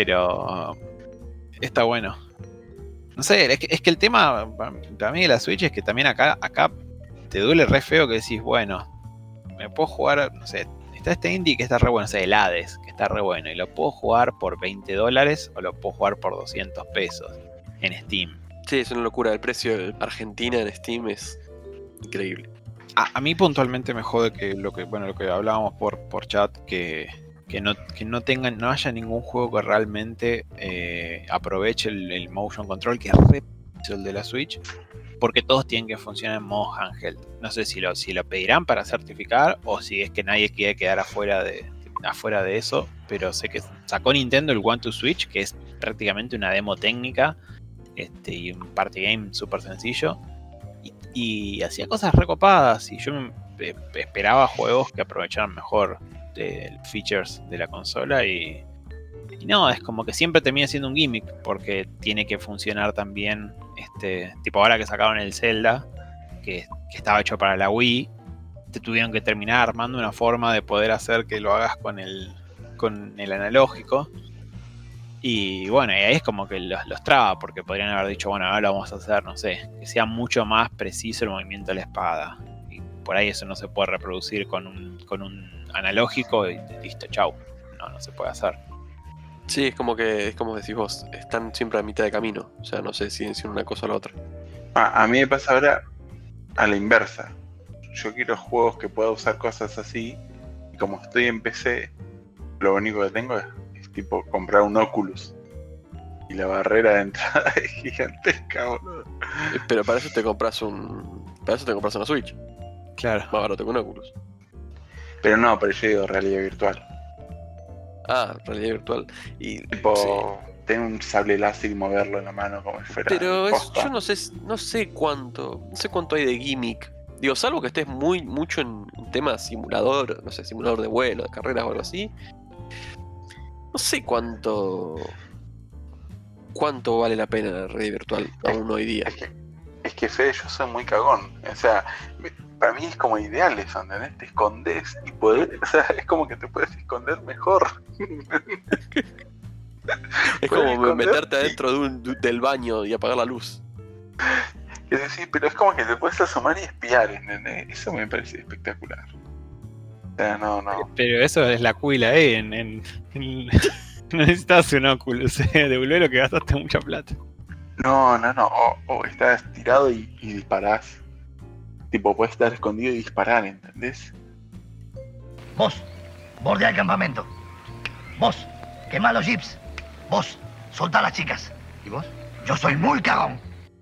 está bueno. No sé, es que el tema para mí de la Switch es que también acá te duele re feo que decís, bueno, me puedo jugar, no sé, está este indie que está re bueno, o sea, el Hades, que está re bueno, y lo puedo jugar por $20 o lo puedo jugar por $200 en Steam. Sí, es una locura. El precio de Argentina en Steam es increíble. A mí puntualmente me jode que lo que hablábamos por chat, que no haya ningún juego que realmente aproveche el motion control, que es re el de la Switch, porque todos tienen que funcionar en modo handheld. No sé si lo pedirán para certificar o si es que nadie quiere quedar afuera de eso, pero sé que sacó Nintendo el One to Switch, que es prácticamente una demo técnica y un party game súper sencillo. Y hacía cosas recopadas y yo esperaba juegos que aprovecharan mejor features de la consola y no, es como que siempre termina siendo un gimmick porque tiene que funcionar también, tipo ahora que sacaron el Zelda que estaba hecho para la Wii, te tuvieron que terminar armando una forma de poder hacer que lo hagas con el analógico. Y bueno, y ahí es como que los traba, porque podrían haber dicho, bueno, ahora lo vamos a hacer, no sé, que sea mucho más preciso el movimiento de la espada. Y por ahí eso no se puede reproducir con un analógico y listo, chau. No se puede hacer. Sí, es como decís vos, están siempre a mitad de camino. O sea, no sé si decir una cosa o la otra. A mí me pasa ahora a la inversa. Yo quiero juegos que pueda usar cosas así. Y como estoy en PC, lo único que tengo es tipo comprar un Oculus. Y la barrera de entrada es gigantesca, boludo. Pero para eso te compras una Switch. Claro. Más barato que un Oculus. Pero yo digo realidad virtual. Ah, realidad virtual. Y Tipo, sí. tener un sable láser y moverlo en la mano como si fuera. Pero posta. yo no sé cuánto hay de gimmick. Digo, salvo que estés mucho en temas simulador, no sé, simulador de vuelo, de carreras o algo así. No sé cuánto vale la pena la realidad virtual aún hoy día. Es que Fede, yo soy muy cagón. O sea, para mí es como ideal eso, ¿entendés? Te escondes y podés, o sea, es como que te puedes esconder mejor. Es como meterte adentro del baño y apagar la luz. Que decís, pero es como que te puedes asomar y espiar, ¿entendés? Eso me parece espectacular. O sea, no. Pero eso es la cuila, no necesitas un Oculus, devolvé lo que gastaste mucha plata. No. O estás tirado y disparás. Tipo, puedes estar escondido y disparar, ¿entendés? Vos, bordea el campamento. Vos, quemá los jeeps. Vos, soltá a las chicas. ¿Y vos? Yo soy muy cagón.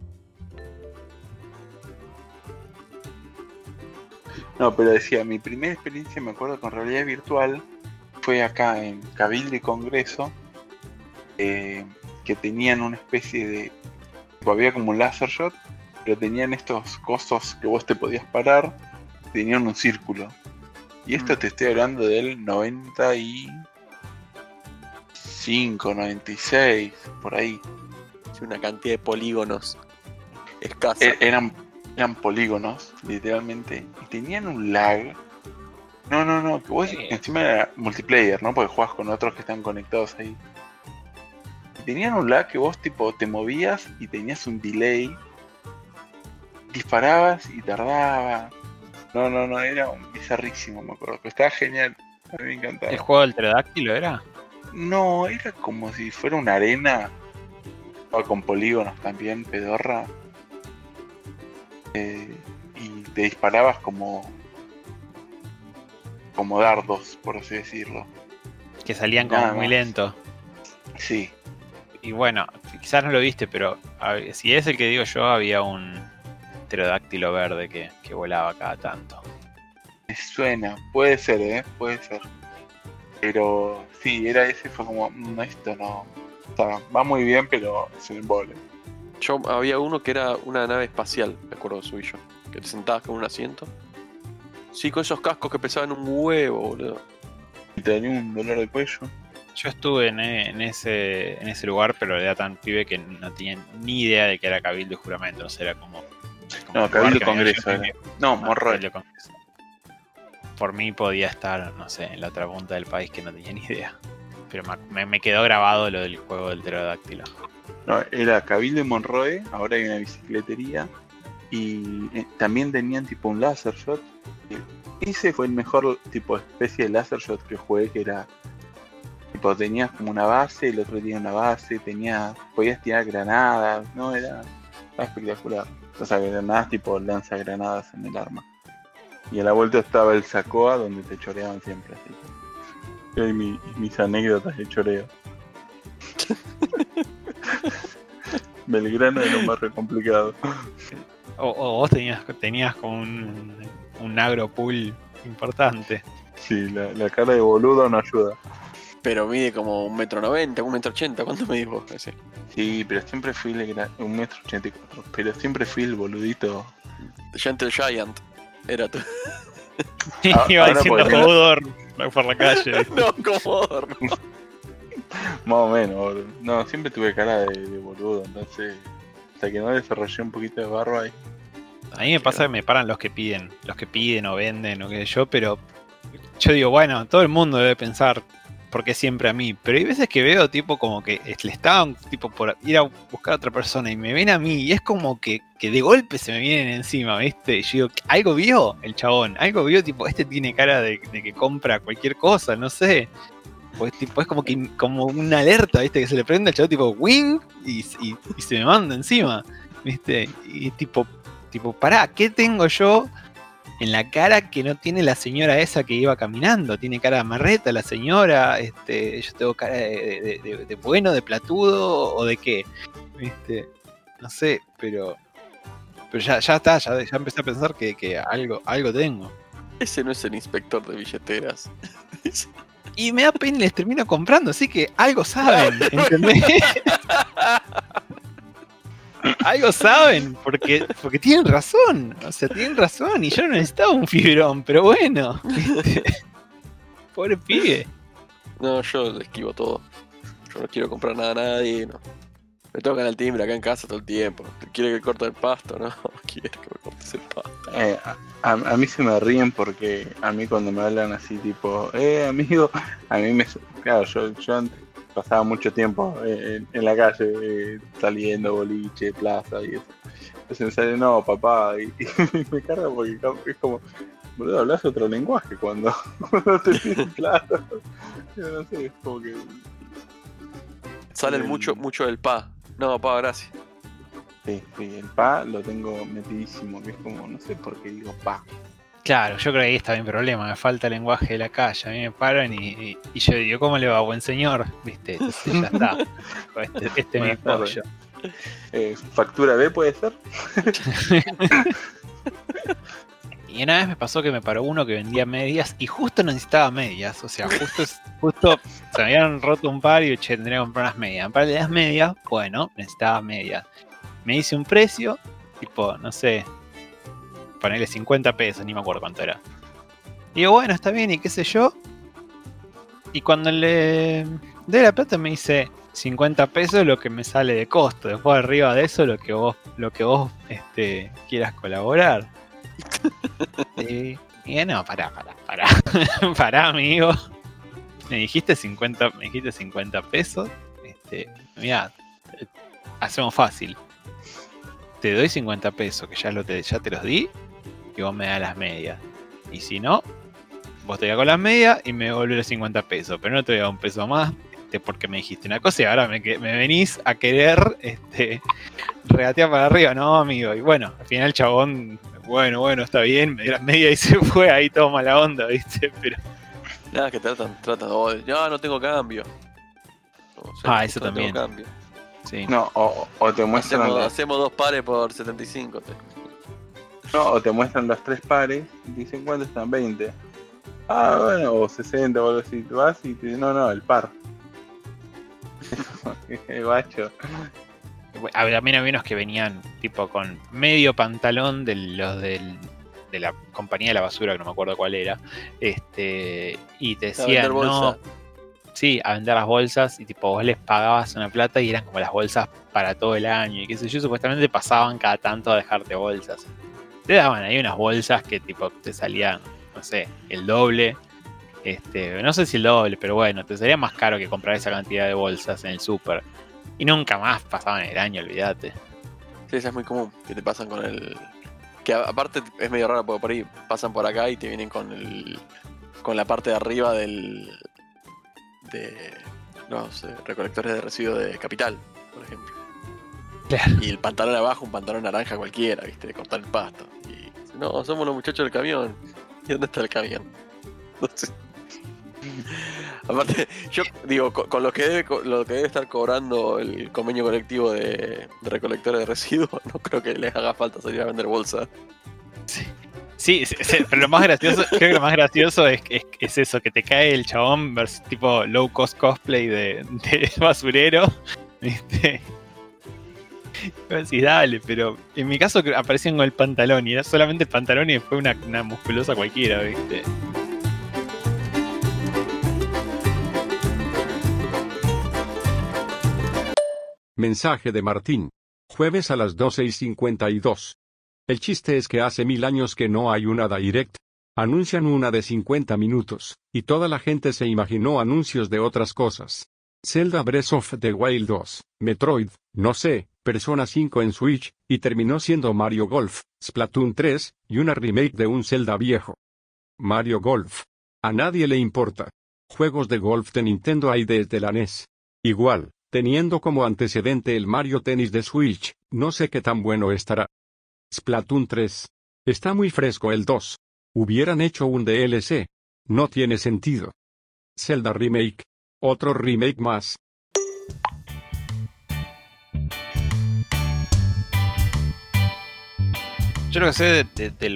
No, pero decía, mi primera experiencia, me acuerdo, con realidad virtual fue acá en Cabildo y Congreso, que tenían una especie de... Había como un laser shot, pero tenían estos cosos que vos te podías parar, tenían un círculo. Y esto te estoy hablando del 95, 96, por ahí. Es una cantidad de polígonos escasa. Eran polígonos, literalmente, y tenían un lag. No, que vos encima era multiplayer, ¿no? Porque jugás con otros que están conectados ahí. Y tenían un lag que vos tipo te movías y tenías un delay. Disparabas y tardaba. No, era un bizarrísimo, me acuerdo. Pero estaba genial, a mí me encantaba. ¿El juego del pterodáctilo era? No, era como si fuera una arena. O con polígonos también, pedorra. Y te disparabas como dardos, por así decirlo. Que salían como Nada muy más. lento. Sí. Y bueno, quizás no lo viste, pero si es el que digo yo, había un pterodáctilo verde que volaba cada tanto. Me suena, puede ser, puede ser. Pero sí, era ese, fue como, esto no. O sea, va muy bien, pero es un embole. Yo había uno que era una nave espacial, me acuerdo suyo. Que te sentabas con un asiento. Sí, con esos cascos que pesaban un huevo, boludo. Y tenía un dolor de cuello. Yo estuve en ese lugar, pero era tan pibe que no tenía ni idea de que era Cabildo y Juramento. No sé, era como No, un Cabildo lugar y que Congreso había- era. No, Monroe. Cabildo y Congreso. Por mí podía estar, no sé, en la otra punta del país que no tenía ni idea. Pero me quedó grabado lo del juego del pterodáctilo. No, era Cabildo y Monroe, ahora hay una bicicletería. Y también tenían tipo un laser shot. Ese fue el mejor tipo especie de laser shot que jugué, que era tipo, tenías como una base, el otro tenía una base, podías tirar granadas, no, era espectacular. O sea, granadas tipo lanzagranadas en el arma. Y a la vuelta estaba el Sacoa, donde te choreaban siempre, así que y mis anécdotas de choreo. Belgrano era lo más re complicado. O vos tenías como un agropool importante. Sí, la cara de boludo no ayuda. Pero mide como 1,90 m, 1,80 m. ¿Cuánto me dijo ese? Sí, pero siempre fui 1,84 m, pero siempre fui el boludito. Gentle Giant. Era tú. Iba ahora diciendo porque- Hodor por la calle. No, como Más o menos, boludo. No, siempre tuve cara de boludo, entonces hasta que no desarrollé un poquito de barro ahí. A mí me pasa que me paran los que piden o venden o qué sé yo, pero yo digo, bueno, todo el mundo debe pensar, ¿por qué siempre a mí? Pero hay veces que veo tipo como que le estaban tipo por ir a buscar a otra persona y me ven a mí y es como que de golpe se me vienen encima, ¿viste? Y yo digo, ¿algo vio el chabón? ¿Algo vio? Tipo, este tiene cara de que compra cualquier cosa, no sé. Pues tipo, es como una alerta, ¿viste? Que se le prende al chabón tipo wing y se me manda encima, ¿viste? Y tipo, pará, ¿qué tengo yo en la cara que no tiene la señora esa que iba caminando? Tiene cara de marreta la señora, yo tengo cara de bueno, de platudo o de qué, ¿viste? No sé, pero ya está, ya empecé a pensar que algo tengo. Ese no es el inspector de billeteras. Y me da pena y les termino comprando, así que algo saben, ¿entendés? Algo saben, porque tienen razón, o sea, tienen razón, y yo no necesitaba un fibrón, pero bueno, ¿viste? Pobre pibe. No, yo le esquivo todo. Yo no quiero comprar nada a nadie, no. Me tocan el timbre acá en casa todo el tiempo. ¿Quiere que corte el pasto? No, quiero que me cortes el pasto. A mí se me ríen porque a mí cuando me hablan así tipo, amigo, a mí claro, yo antes pasaba mucho tiempo en la calle, saliendo, boliche, plaza y eso. Entonces me sale, no, papá, y me carga porque es como, boludo, hablas otro lenguaje cuando te piden plata. Yo no sé, es como que... Salen mucho del pa. No, pa, gracias. Sí, el pa lo tengo metidísimo, que es como, no sé por qué digo pa. Claro, yo creo que ahí está mi problema, me falta el lenguaje de la calle, a mí me paran y yo digo, ¿cómo le va, buen señor? ¿Viste? Entonces, ya está, este es mi Buenas tardes. pollo. ¿Factura B puede ser? Y una vez me pasó que me paró uno que vendía medias y justo necesitaba medias, o sea, justo se me habían roto un par y che, tendría que comprar unas medias. Para las medias, bueno, necesitaba medias. Me hice un precio, tipo, no sé, ponerle 50 pesos, ni me acuerdo cuánto era. Y digo, bueno, está bien, y qué sé yo. Y cuando le dé la plata me dice 50 pesos lo que me sale de costo. Después arriba de eso lo que vos quieras colaborar. Y no, pará. Pará, amigo. Me dijiste 50 pesos. Mirá, hacemos fácil. Te doy 50 pesos, que ya te los di, y vos me das las medias. Y si no, vos te vas con las medias y me devolvés los 50 pesos. Pero no te voy a dar un peso más, porque me dijiste una cosa y ahora me venís a querer regatear para arriba. No, amigo. Y bueno, al final el chabón, bueno, está bien, me dio las medias y se fue ahí todo mala onda, ¿viste? Pero... Nada, que tratan ya no tengo cambio. Eso no también. Tengo cambio. Sí. No, o te muestran... Hacemos 2 pares por 75. No, o te muestran los 3 pares y te dicen cuánto están, 20. Ah, bueno, o 60 o algo así. Tú vas y te dicen, no, el par. El bacho. A mí no había unos que venían tipo con medio pantalón de los de la compañía de la basura, que no me acuerdo cuál era. Y te decían, no... Sí, a vender las bolsas y tipo vos les pagabas una plata y eran como las bolsas para todo el año y qué sé yo, supuestamente pasaban cada tanto a dejarte bolsas. Te daban ahí unas bolsas que tipo te salían, no sé, el doble. No sé si el doble, pero bueno, te salía más caro que comprar esa cantidad de bolsas en el súper. Y nunca más pasaban el año, olvídate. Sí, eso es muy común, que te pasan con el... Que aparte es medio raro porque por ahí pasan por acá y te vienen con la parte de arriba de no sé, recolectores de residuos de Capital, por ejemplo. Claro. Y el pantalón abajo, un pantalón naranja cualquiera, ¿viste? De cortar el pasto. Y no, somos los muchachos del camión. ¿Y dónde está el camión? No sé. Aparte, yo digo, con lo que debe estar cobrando el convenio colectivo de recolectores de residuos, no creo que les haga falta salir a vender bolsas. Sí, pero lo más gracioso, creo que lo más gracioso es eso, que te cae el chabón tipo low cost cosplay de basurero, ¿viste? Sí, dale, pero en mi caso aparecían con el pantalón y era solamente el pantalón y después una musculosa cualquiera, ¿viste? Mensaje de Martín. Jueves a las 12:52. El chiste es que hace 1000 años que no hay una Direct. Anuncian una de 50 minutos, y toda la gente se imaginó anuncios de otras cosas. Zelda Breath of the Wild 2, Metroid, no sé, Persona 5 en Switch, y terminó siendo Mario Golf, Splatoon 3, y una remake de un Zelda viejo. Mario Golf. A nadie le importa. Juegos de golf de Nintendo hay desde la NES. Igual, teniendo como antecedente el Mario Tennis de Switch, no sé qué tan bueno estará. Splatoon 3. Está muy fresco el 2. Hubieran hecho un DLC. No tiene sentido. Zelda Remake. Otro remake más. Yo lo que sé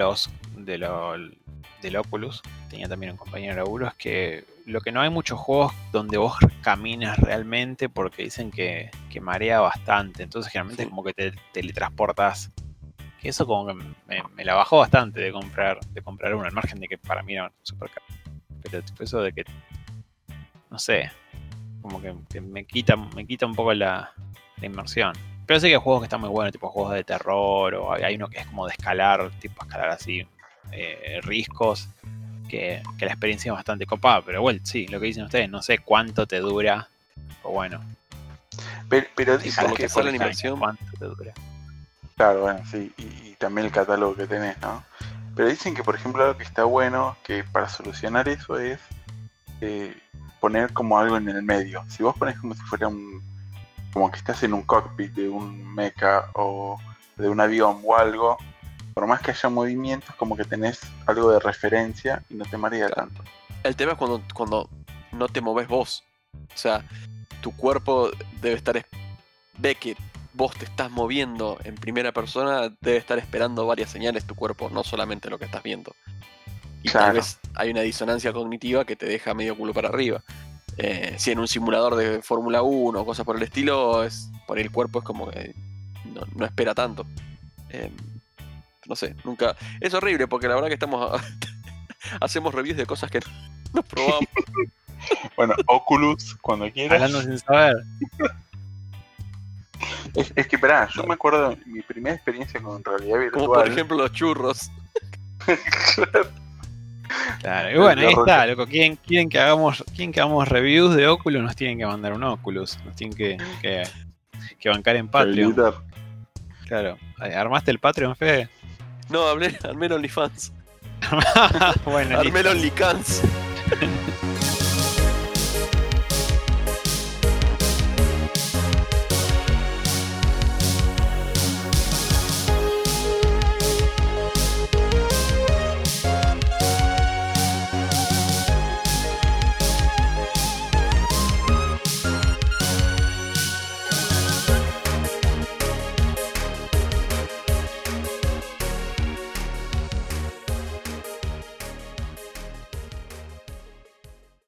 del Oculus, tenía también un compañero de laburo, es que lo que no hay muchos juegos donde vos caminas realmente porque dicen que marea bastante, entonces generalmente es como que te teletransportas. Que eso como que me la bajó bastante de comprar uno, al margen de que para mí era súper caro. Pero eso de que, no sé, como que me quita un poco la inmersión. Pero sé que hay juegos que están muy buenos, tipo juegos de terror, o hay uno que es como de escalar, tipo escalar así, riscos, que la experiencia es bastante copada. Pero bueno, sí, lo que dicen ustedes, no sé cuánto te dura, o bueno. Pero dicen que sale la inversión. ¿Cuánto te dura? Claro, bueno, sí, y también el catálogo que tenés, ¿no? Pero dicen que, por ejemplo, algo que está bueno, que para solucionar eso es poner como algo en el medio. Si vos pones como si fuera como que estás en un cockpit de un mecha o de un avión o algo, por más que haya movimientos, como que tenés algo de referencia y no te marea tanto. El tema es cuando no te moves vos. O sea, tu cuerpo debe estar... Ve que vos te estás moviendo en primera persona, debe estar esperando varias señales tu cuerpo, no solamente lo que estás viendo. Y Claro. tal vez hay una disonancia cognitiva que te deja medio culo para arriba. Si en un simulador de Fórmula 1 o cosas por el estilo, por el cuerpo es como que no espera tanto. No sé, nunca... Es horrible porque la verdad que hacemos reviews de cosas que no probamos. Bueno, Oculus, cuando quieras. Hablando sin saber. Es que, esperá, yo me acuerdo de mi primera experiencia con realidad virtual. Como por ejemplo los churros. Claro, y bueno, ahí está, loco. ¿Quieren que hagamos reviews de Oculus? Nos tienen que mandar un Oculus. Nos tienen que bancar en Patreon. Habilitar. Claro. ¿Armaste el Patreon, Fede? No, armé el OnlyFans. Bueno, Armé el listo. OnlyCans.